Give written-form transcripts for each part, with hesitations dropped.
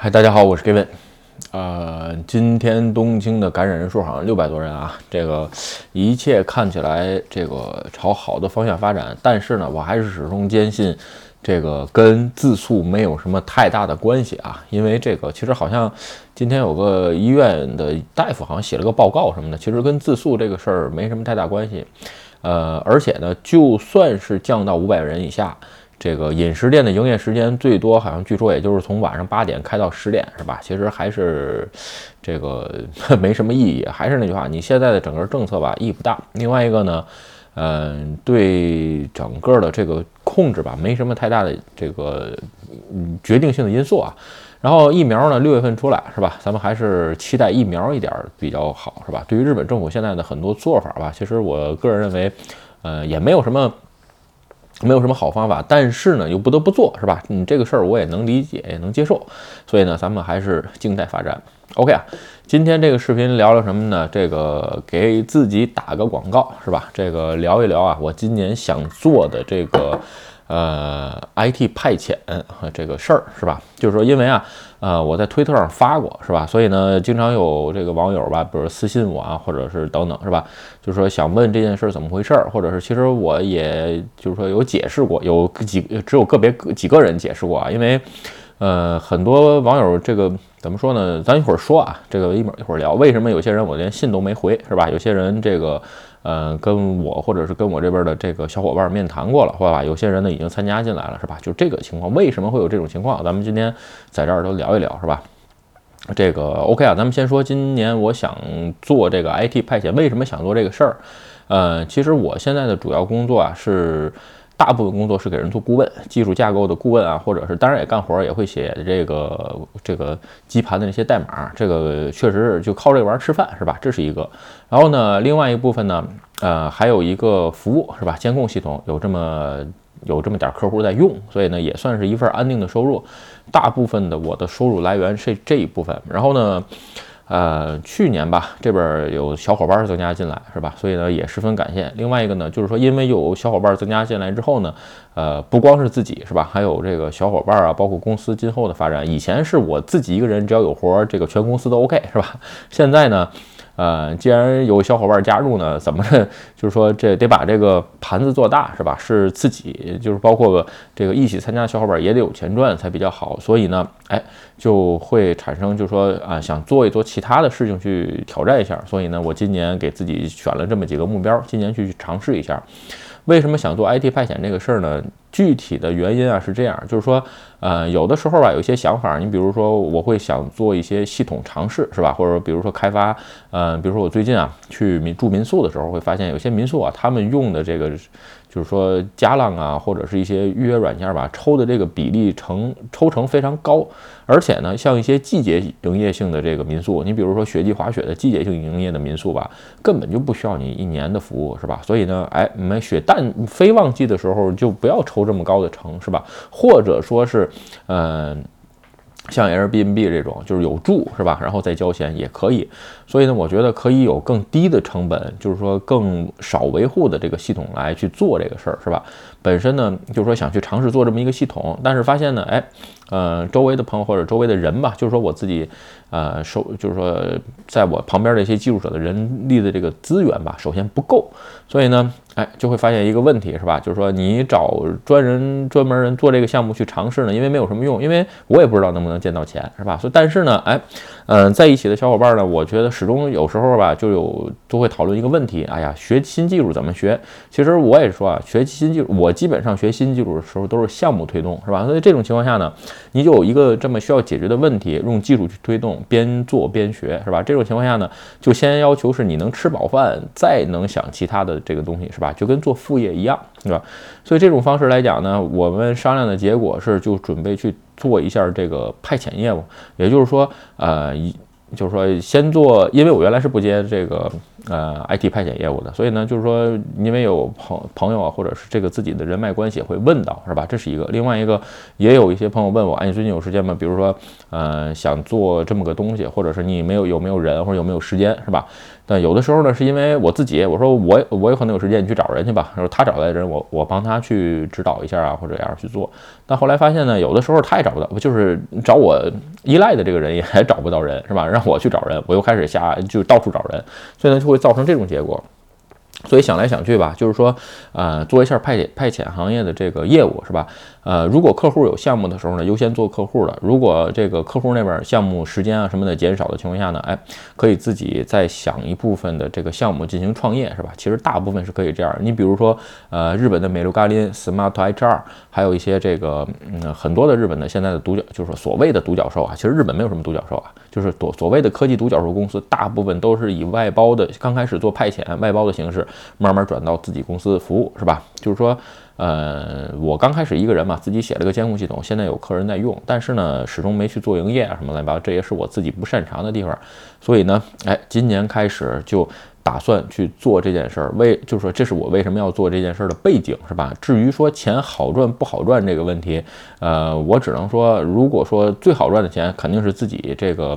嗨，大家好，我是 Kevin。今天东京的感染人数好像600多人啊，这个一切看起来这个朝好的方向发展，但是呢，我还是始终坚信，这个跟自诉没有什么太大的关系啊，因为这个其实好像今天有个医院的大夫好像写了个报告什么的，其实跟自诉这个事儿没什么太大关系。而且呢，就算是降到500人以下。这个饮食店的营业时间最多好像据说也就是从晚上8点开到10点，是吧？其实还是这个没什么意义。还是那句话，你现在的整个政策吧意义不大。另外一个呢，对整个的这个控制吧没什么太大的这个决定性的因素啊。然后疫苗呢，6月份出来是吧？咱们还是期待疫苗一点比较好，是吧？对于日本政府现在的很多做法吧，其实我个人认为，也没有什么好方法，但是呢又不得不做，是吧？这个事儿我也能理解，也能接受，所以呢，咱们还是静待发展。OK 啊，今天这个视频聊聊什么呢？这个给自己打个广告，是吧？这个聊一聊啊，我今年想做的这个IT 派遣这个事儿，是吧？就是说，因为啊，我在推特上发过，是吧？所以呢，经常有这个网友吧，比如私信我啊，或者是等等，是吧？就是说想问这件事怎么回事儿，或者是其实我也就是说有解释过，只有个别几个人解释过啊，因为很多网友这个怎么说呢？咱一会儿说啊，这个一会儿聊，为什么有些人我连信都没回，是吧？有些人这个跟我或者是跟我这边的这个小伙伴面谈过了，是吧？有些人呢已经参加进来了，是吧？就这个情况，为什么会有这种情况？咱们今天在这儿都聊一聊，是吧？这个 OK 啊，咱们先说今年我想做这个 IT 派遣，为什么想做这个事儿？其实我现在的主要工作啊是。大部分工作是给人做顾问，技术架构的顾问啊，或者是当然也干活，也会写这个基盘的那些代码，这个确实是就靠这个玩意儿吃饭，是吧？这是一个。然后呢，另外一部分呢，还有一个服务，是吧？监控系统有这么点客户在用，所以呢，也算是一份安定的收入。大部分的我的收入来源是这一部分。然后呢，去年吧，这边有小伙伴增加进来，是吧？所以呢，也十分感谢。另外一个呢，就是说，因为有小伙伴增加进来之后呢，不光是自己，是吧？还有这个小伙伴啊，包括公司今后的发展。以前是我自己一个人，只要有活，这个全公司都 OK，是吧？现在呢，既然有小伙伴加入呢，怎么着？就是说这得把这个盘子做大，是吧？是自己，就是包括这个一起参加的小伙伴也得有钱赚才比较好。所以呢，就会产生就是说想做一做其他的事情去挑战一下。所以呢，我今年给自己选了这么几个目标，今年去尝试一下。为什么想做 IT 派遣这个事儿呢？具体的原因啊是这样，就是说，有的时候吧，有一些想法，你比如说，我会想做一些系统尝试，是吧？或者比如说开发，比如说我最近啊去住民宿的时候，会发现有些民宿啊，他们用的这个就是说家浪啊，或者是一些预约软件吧，抽的这个比例抽成非常高，而且呢，像一些季节营业性的这个民宿，你比如说雪季滑雪的季节性营业的民宿吧，根本就不需要你1年的服务，是吧？所以呢，你们非旺季的时候就不要抽这么高的成，是吧？或者说是，像 Airbnb 这种，就是有住，是吧？然后再交钱也可以。所以呢，我觉得可以有更低的成本，就是说更少维护的这个系统来去做这个事儿，是吧？本身呢，就是说想去尝试做这么一个系统，但是发现呢，周围的朋友或者周围的人吧，就是说我自己，就是说在我旁边的一些技术者的人力的这个资源吧，首先不够，所以呢，就会发现一个问题，是吧？就是说你找专门人做这个项目去尝试呢，因为没有什么用，因为我也不知道能不能见到钱，是吧？所以但是呢，在一起的小伙伴呢，我觉得始终有时候吧，都会讨论一个问题，学新技术怎么学？其实我也说啊，学新技术，我基本上学新技术的时候都是项目推动，是吧？所以这种情况下呢，你就有一个这么需要解决的问题，用技术去推动，边做边学，是吧？这种情况下呢，就先要求是你能吃饱饭，再能想其他的这个东西，是吧？就跟做副业一样，是吧？所以这种方式来讲呢，我们商量的结果是，就准备去做一下这个派遣业务，也就是说，就是说先做，因为我原来是不接这个 IT 派遣业务的，所以呢，就是说因为有朋友啊，或者是这个自己的人脉关系会问到，是吧？这是一个。另外一个，也有一些朋友问我，哎，你最近有时间吗？比如说，想做这么个东西，或者是你有没有人，或者有没有时间，是吧？但有的时候呢，是因为我自己，我说我有可能有时间，你去找人去吧。然后他找来的人，我帮他去指导一下啊，或者这样去做。但后来发现呢，有的时候他也找不到，就是找我依赖的这个人也还找不到人，是吧？让我去找人，我又开始就到处找人，所以呢就会造成这种结果。所以想来想去吧，就是说，做一下派遣行业的这个业务，是吧？如果客户有项目的时候呢，优先做客户的；如果这个客户那边项目时间啊什么的减少的情况下呢，哎，可以自己再想一部分的这个项目进行创业，是吧？其实大部分是可以这样。你比如说，日本的美露嘎林、Smart HR，还有一些这个很多的日本的现在的独角，就是说所谓的独角兽啊，其实日本没有什么独角兽啊，就是所谓的科技独角兽公司，大部分都是以外包的，刚开始做派遣外包的形式，慢慢转到自己公司服务，是吧？就是说，我刚开始一个人嘛，自己写了个监控系统，现在有客人在用，但是呢，始终没去做营业啊什么乱七八糟，这也是我自己不擅长的地方。所以呢，哎，今年开始就打算去做这件事儿，就是说这是我为什么要做这件事儿的背景，是吧？至于说钱好赚不好赚这个问题，我只能说，如果说最好赚的钱肯定是自己这个，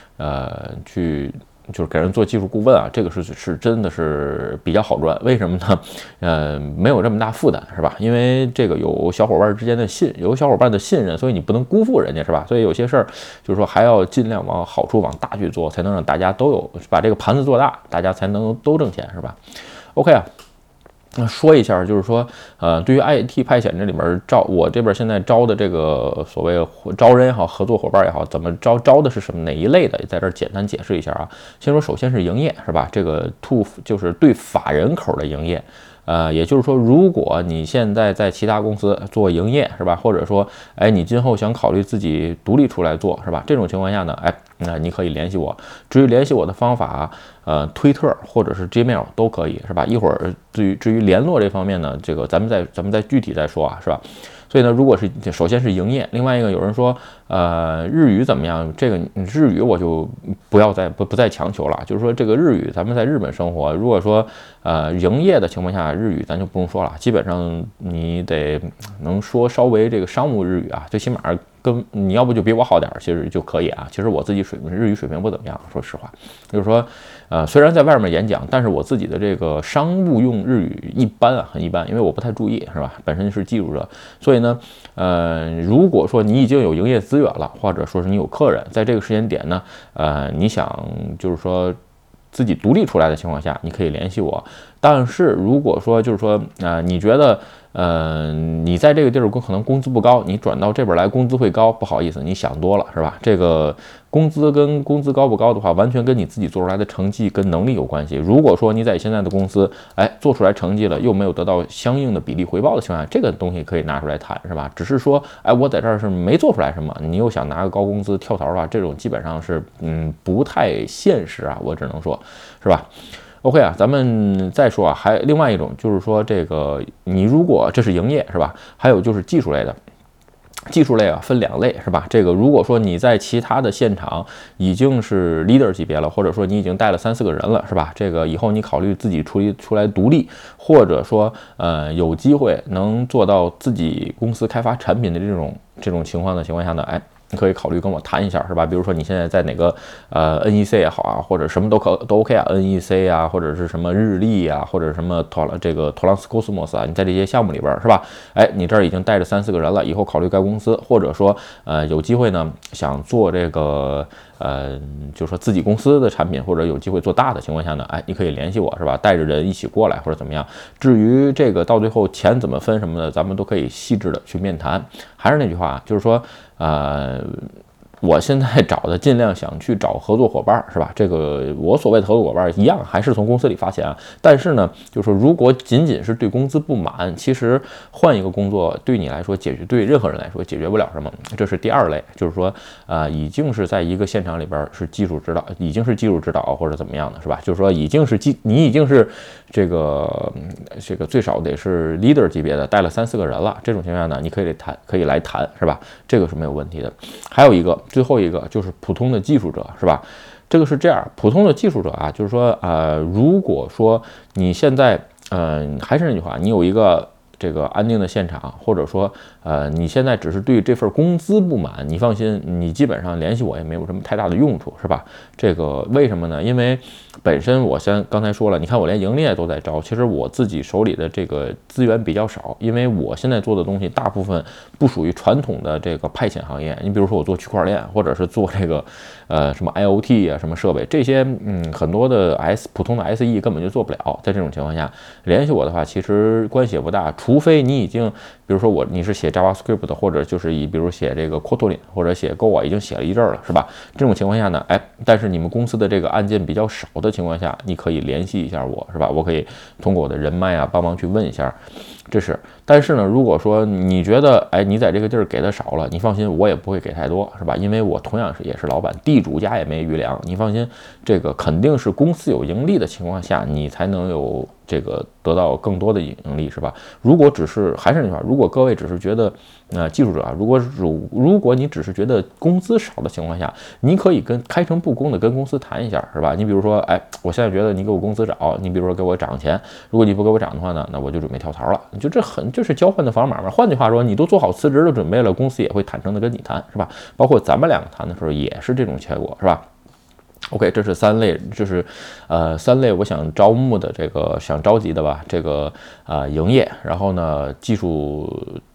就是给人做技术顾问啊，这个是真的是比较好赚。为什么呢？没有这么大负担，是吧？因为这个有小伙伴之间的有小伙伴的信任，所以你不能辜负人家，是吧？所以有些事儿就是说还要尽量往好处往大去做，才能让大家都有把这个盘子做大，大家才能都挣钱，是吧 ？OK 啊。说一下，就是说，对于 IT 派遣这里面我这边现在招的这个所谓招人也好，合作伙伴也好，怎么招的是什么哪一类的，在这儿简单解释一下啊。先说，首先是营业，是吧？这个就是对法人口的营业。也就是说，如果你现在在其他公司做营业，是吧？或者说，哎，你今后想考虑自己独立出来做，是吧？这种情况下呢，哎，那你可以联系我。至于联系我的方法，推特或者是 Gmail 都可以，是吧？一会儿至于联络这方面呢，这个咱们再具体再说啊，是吧？所以呢，如果是首先是营业，另外一个有人说，日语怎么样？这个日语我就不再强求了。就是说这个日语，咱们在日本生活，如果说营业的情况下，日语咱就不用说了，基本上你得能说稍微这个商务日语啊，最起码跟你要不就比我好点，其实就可以啊。其实我自己日语水平不怎么样，说实话，就是说，虽然在外面演讲，但是我自己的这个商务用日语一般啊，很一般，因为我不太注意，是吧？本身是技术者，所以呢，如果说你已经有营业资源了，或者说是你有客人，在这个时间点呢，你想就是说自己独立出来的情况下，你可以联系我。但是如果说就是说，你觉得你在这个地儿可能工资不高，你转到这边来工资会高，不好意思，你想多了，是吧？这个工资高不高的话，完全跟你自己做出来的成绩跟能力有关系。如果说你在现在的公司，哎，做出来成绩了，又没有得到相应的比例回报的情况下，这个东西可以拿出来谈，是吧？只是说，哎，我在这儿是没做出来什么，你又想拿个高工资跳槽的话，这种基本上是不太现实啊，我只能说，是吧？OK 啊，咱们再说啊，还另外一种就是说，这个你如果这是营业是吧？还有就是技术类的，技术类啊分两类是吧？这个如果说你在其他的现场已经是 leader 级别了，或者说你已经带了3-4个人了是吧？这个以后你考虑自己出来独立，或者说有机会能做到自己公司开发产品的这种情况下呢，哎。你可以考虑跟我谈一下，是吧？比如说你现在在哪个NEC 也好啊，或者什么都 OK 啊 ，NEC 啊，或者是什么日立啊，或者什么这个托朗斯 Cosmos 啊，你在这些项目里边是吧？哎，你这儿已经带着3-4个人了，以后考虑该公司，或者说有机会呢，想做这个就是说自己公司的产品，或者有机会做大的情况下呢，哎，你可以联系我，是吧？带着人一起过来或者怎么样。至于这个到最后钱怎么分什么的，咱们都可以细致的去面谈。还是那句话，就是说我现在尽量想去找合作伙伴，是吧？这个我所谓的合作伙伴一样，还是从公司里发钱啊。但是呢，就是说如果仅仅是对工资不满，其实换一个工作对你来说对任何人来说解决不了什么。这是第二类，就是说已经是在一个现场里边是技术指导或者怎么样的，是吧？就是说你已经是这个最少得是 leader 级别的，带了3-4个人了。这种情况下呢，你可以来谈，是吧？这个是没有问题的。还有最后一个就是普通的技术者，是吧？ 这个是这样，普通的技术者啊，就是说如果说你现在还是那句话，你有一个这个安定的现场，或者说你现在只是对这份工资不满，你放心，你基本上联系我也没有什么太大的用处，是吧？这个为什么呢？因为本身我刚才说了，你看我连营业都在招，其实我自己手里的这个资源比较少，因为我现在做的东西大部分不属于传统的这个派遣行业。你比如说我做区块链，或者是做这个什么 IoT 啊什么设备这些，很多的普通的 SE 根本就做不了。在这种情况下，联系我的话，其实关系也不大，除非你已经，比如说你是写 JavaScript 的，或者就是比如写这个 Kotlin 或者写 Go 啊，已经写了一阵了，是吧？这种情况下呢，但是你们公司的这个案件比较少的情况下，你可以联系一下我，是吧？我可以通过我的人脉啊，帮忙去问一下，这是。但是呢，如果说你觉得，你在这个地儿给的少了，你放心，我也不会给太多，是吧？因为我同样也是老板，地主家也没余粮，你放心，这个肯定是公司有盈利的情况下，你才能有这个得到更多的盈利，是吧？如果还是那句话，如果各位只是觉得，技术者啊，如果你只是觉得工资少的情况下，你可以开诚布公的跟公司谈一下，是吧？你比如说，我现在觉得你给我工资涨，你比如说给我涨钱，如果你不给我涨的话呢，那我就准备跳槽了。就是交换的房买卖。换句话说，你都做好辞职的准备了，公司也会坦诚的跟你谈，是吧？包括咱们两个谈的时候也是这种结果，是吧？OK， 这是3类，就是3类我想招募的想召集的吧，这个营业，然后呢技术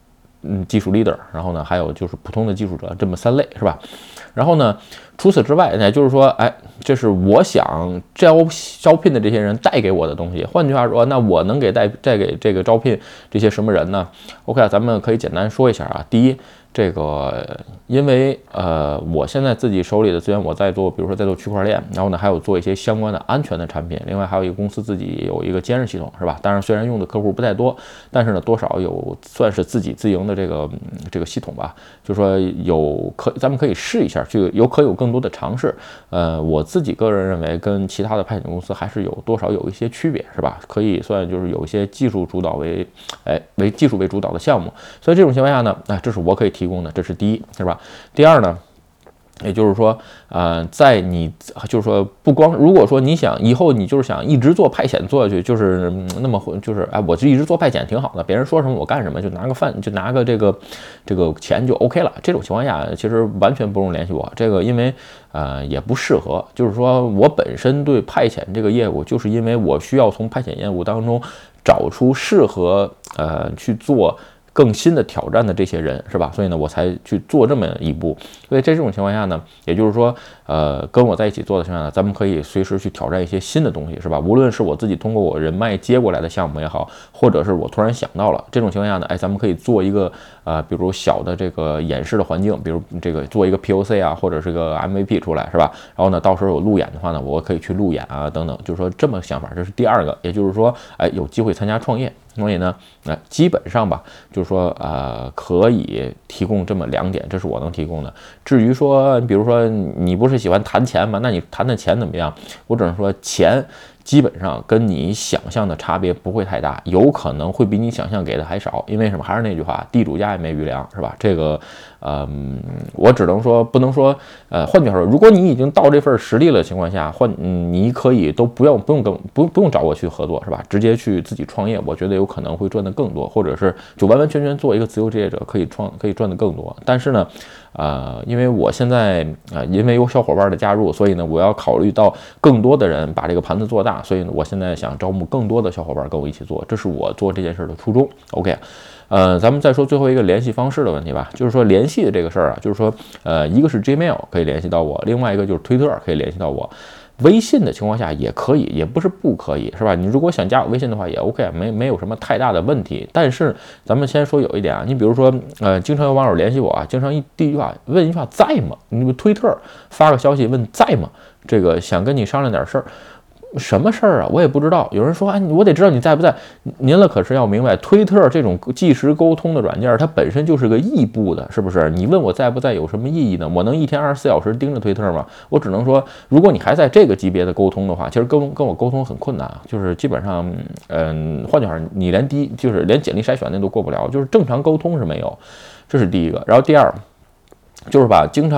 leader， 然后呢还有就是普通的技术者，这么3类，是吧？然后呢除此之外，也就是说，这是我想招聘的这些人带给我的东西。换句话说，那我能带给这个招聘这些什么人呢 ？OK， 咱们可以简单说一下啊。第一，这个因为我现在自己手里的资源，我在做，比如说在做区块链，然后呢还有做一些相关的安全的产品，另外还有一个公司自己有一个监视系统，是吧？当然虽然用的客户不太多，但是呢多少算是自己自营的这个系统吧。就说咱们可以试一下，就有更多的尝试。我自己个人认为跟其他的派遣公司还是多少有一些区别，是吧？可以算就是有一些技术主导为技术为主导的项目。所以这种情况下呢，这是我可以提供的，这是第一，是吧？第二呢，也就是说，在你就是说不光，如果说你想以后你就是想一直做派遣做下去，就是那么就是我就一直做派遣挺好的，别人说什么我干什么，就拿个饭就拿个这个钱就 OK 了。这种情况下其实完全不用联系我，这个因为也不适合。就是说我本身对派遣这个业务，就是因为我需要从派遣业务当中找出适合去做更新的挑战的这些人，是吧？所以呢，我才去做这么一步。所以在这种情况下呢，也就是说，跟我在一起做的情况下，咱们可以随时去挑战一些新的东西，是吧？无论是我自己通过我人脉接过来的项目也好，或者是我突然想到了这种情况下呢，咱们可以做一个比如小的这个演示的环境，比如这个做一个 POC 啊，或者是个 MVP 出来，是吧？然后呢，到时候有路演的话呢，我可以去路演啊，等等，就是说这么想法，这是第二个，也就是说，有机会参加创业。所以呢，基本上吧，就是说，可以提供这么2点，这是我能提供的。至于说，比如说你不是喜欢谈钱吗？那你谈钱怎么样？我只能说，钱基本上跟你想象的差别不会太大，有可能会比你想象给的还少。因为什么？还是那句话，地主家也没余粮，是吧？这个，我只能说，不能说，换句话说，如果你已经到这份实力了的情况下，你可以都不用找我去合作，是吧？直接去自己创业，我觉得有可能会赚得更多，或者是就完完全全做一个自由职业者，可以赚得更多。但是呢，因为我现在因为有小伙伴的加入，所以呢，我要考虑到更多的人把这个盘子做大，所以呢，我现在想招募更多的小伙伴跟我一起做，这是我做这件事的初衷。OK。咱们再说最后一个联系方式的问题吧，就是说联系的这个事儿啊，就是说，一个是 Gmail 可以联系到我，另外一个就是推特可以联系到我，微信的情况下也可以，也不是不可以，是吧？你如果想加我微信的话也 OK， 没有什么太大的问题。但是咱们先说有一点啊，你比如说，经常有网友联系我啊，经常第一句话问一句话在吗？你们推特发个消息问在吗？这个想跟你商量点事儿。什么事儿啊？我也不知道。有人说，我得知道你在不在。您了可是要明白，推特这种即时沟通的软件，它本身就是个异步的，是不是？你问我在不在有什么意义呢？我能一天24小时盯着推特吗？我只能说，如果你还在这个级别的沟通的话，其实跟我沟通很困难，就是基本上，换句话说，你连简历筛选那都过不了，就是正常沟通是没有，这是第一个。然后第二。就是吧，经常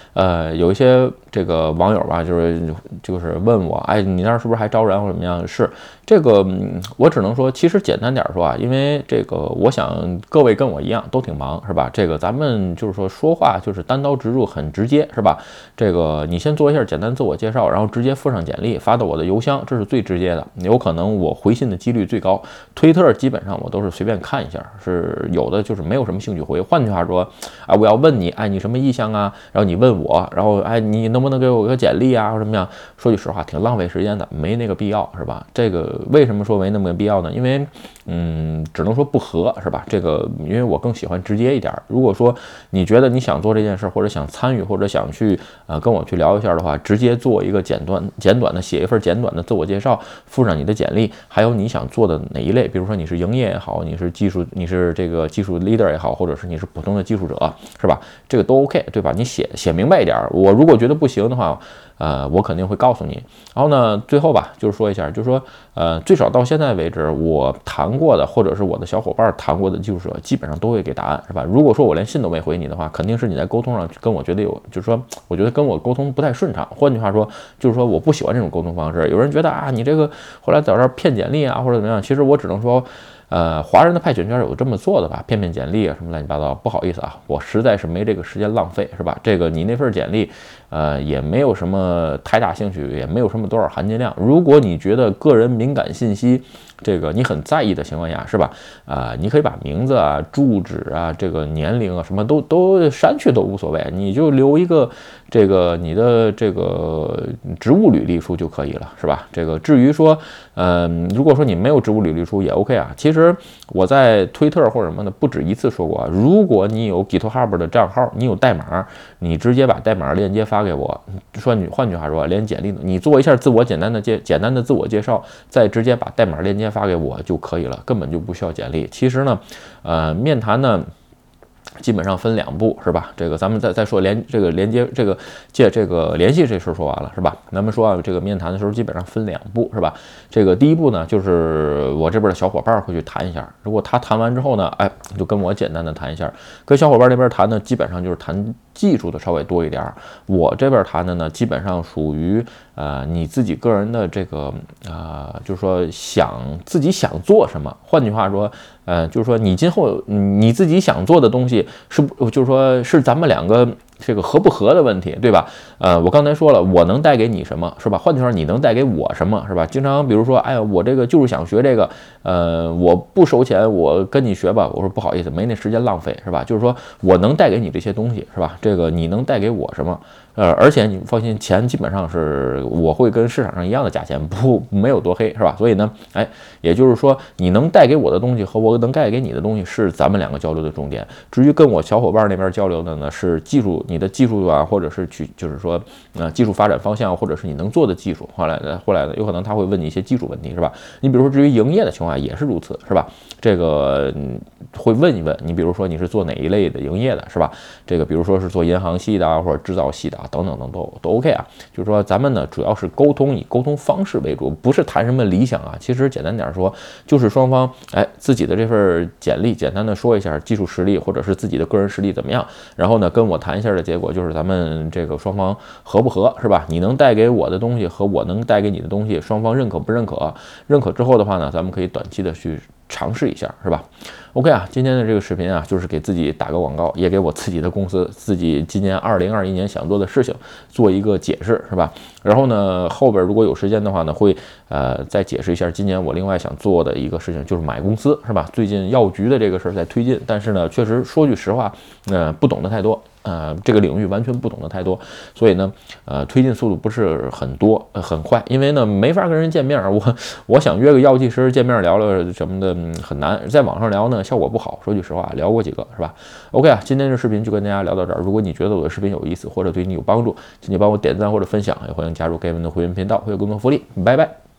有一些这个网友吧，就是问我，哎，你那儿是不是还招人或者怎么样？是这个，我只能说，其实简单点说啊，因为这个，我想各位跟我一样都挺忙，是吧？这个咱们就是说话就是单刀直入，很直接，是吧？这个你先做一下简单自我介绍，然后直接附上简历发到我的邮箱，这是最直接的，有可能我回信的几率最高。推特基本上我都是随便看一下，是有的就是没有什么兴趣回。换句话说，啊，我要问你，哎，你什么意向啊？然后你问我，然后哎，你能不能给我个简历啊，或者怎么样？说句实话，挺浪费时间的，没那个必要，是吧？这个为什么说没那么必要呢？因为只能说不合，是吧？这个因为我更喜欢直接一点。如果说你觉得你想做这件事，或者想参与，或者想去跟我去聊一下的话，直接做一个简短的写一份简短的自我介绍，附上你的简历，还有你想做的哪一类，比如说你是营业也好，你是这个技术 leader 也好，或者是你是普通的技术者，是吧？这个都 OK， 对吧？你写明白一点，我如果觉得不行的话，我肯定会告诉你。然后呢，最后吧，就是说一下，就是说，最少到现在为止，我谈过的，或者是我的小伙伴谈过的技术者，基本上都会给答案，是吧？如果说我连信都没回你的话，肯定是你在沟通上跟我觉得就是说，我觉得跟我沟通不太顺畅。换句话说，就是说我不喜欢这种沟通方式。有人觉得啊，你这个后来在这儿骗简历啊，或者怎么样，其实我只能说。华人的派遣圈有这么做的吧，骗简历啊什么乱七八糟，不好意思啊，我实在是没这个时间浪费，是吧？这个你那份简历，也没有什么太大兴趣，也没有什么多少含金量。如果你觉得个人敏感信息，这个你很在意的情况下，是吧？你可以把名字啊、住址啊、这个年龄啊什么都删去都无所谓，你就留一个这个你的这个职务履历书就可以了，是吧？这个至于说，如果说你没有职务履历书也 OK 啊。其实我在推特或者什么的不止一次说过啊，如果你有 GitHub 的账号，你有代码，你直接把代码链接发给我。换句话说，连简历你做一下简单的自我介绍，再直接把代码链接发给我就可以了，根本就不需要简历。其实呢，面谈呢。基本上分2步，是吧？这个咱们再说联系这事说完了，是吧？咱们说啊，这个面谈的时候基本上分2步，是吧？这个第一步呢，就是我这边的小伙伴会去谈一下，如果他谈完之后呢，哎，就跟我简单的谈一下。跟小伙伴那边谈呢，基本上就是谈技术的稍微多一点。我这边谈的呢，基本上属于你自己个人的这个就是说自己想做什么。换句话说，就是说你今后你自己想做的东西就是说是咱们两个这个合不合的问题，对吧？我刚才说了，我能带给你什么，是吧？换句话说，你能带给我什么，是吧？经常比如说，哎呀，我这个就是想学这个，我不收钱，我跟你学吧。我说不好意思，没那时间浪费，是吧？就是说我能带给你这些东西，是吧？这个你能带给我什么？而且你放心，钱基本上是我会跟市场上一样的价钱，没有多黑，是吧？所以呢，哎，也就是说，你能带给我的东西和我能带给你的东西是咱们2个交流的重点。至于跟我小伙伴那边交流的呢，是你的技术啊，或者是就是说技术发展方向，或者是你能做的技术。后来呢，有可能他会问你一些技术问题，是吧？你比如说至于营业的情况也是如此，是吧？这个会问一问你，比如说你是做哪一类的营业的，是吧？这个比如说是做银行系的或者制造系的等等都 OK 啊。就是说咱们呢主要是沟通，以沟通方式为主，不是谈什么理想啊。其实简单点说，就是双方自己的这份简历简单的说一下技术实力或者是自己的个人实力怎么样，然后呢跟我谈一下的结果就是咱们这个双方合不合，是吧？你能带给我的东西和我能带给你的东西，双方认可不认可？认可之后的话呢，咱们可以短期的去尝试一下，是吧？ OK 啊，今天的这个视频啊，就是给自己打个广告，也给我自己的公司自己今年2021年想做的事情做一个解释，是吧？然后呢，后边如果有时间的话呢，会再解释一下今年我另外想做的一个事情，就是买公司，是吧？最近药局的这个事儿在推进，但是呢，确实说句实话，不懂得太多。这个领域完全不懂得太多，所以呢，推进速度不是很快，因为呢没法跟人见面，我想约个药剂师见面聊聊什么的很难，在网上聊呢效果不好，说句实话，聊过几个是吧 ？OK 啊，今天的视频就跟大家聊到这儿。如果你觉得我的视频有意思或者对你有帮助，请你帮我点赞或者分享，也欢迎加入盖文的会员频道，会有更多福利。拜拜。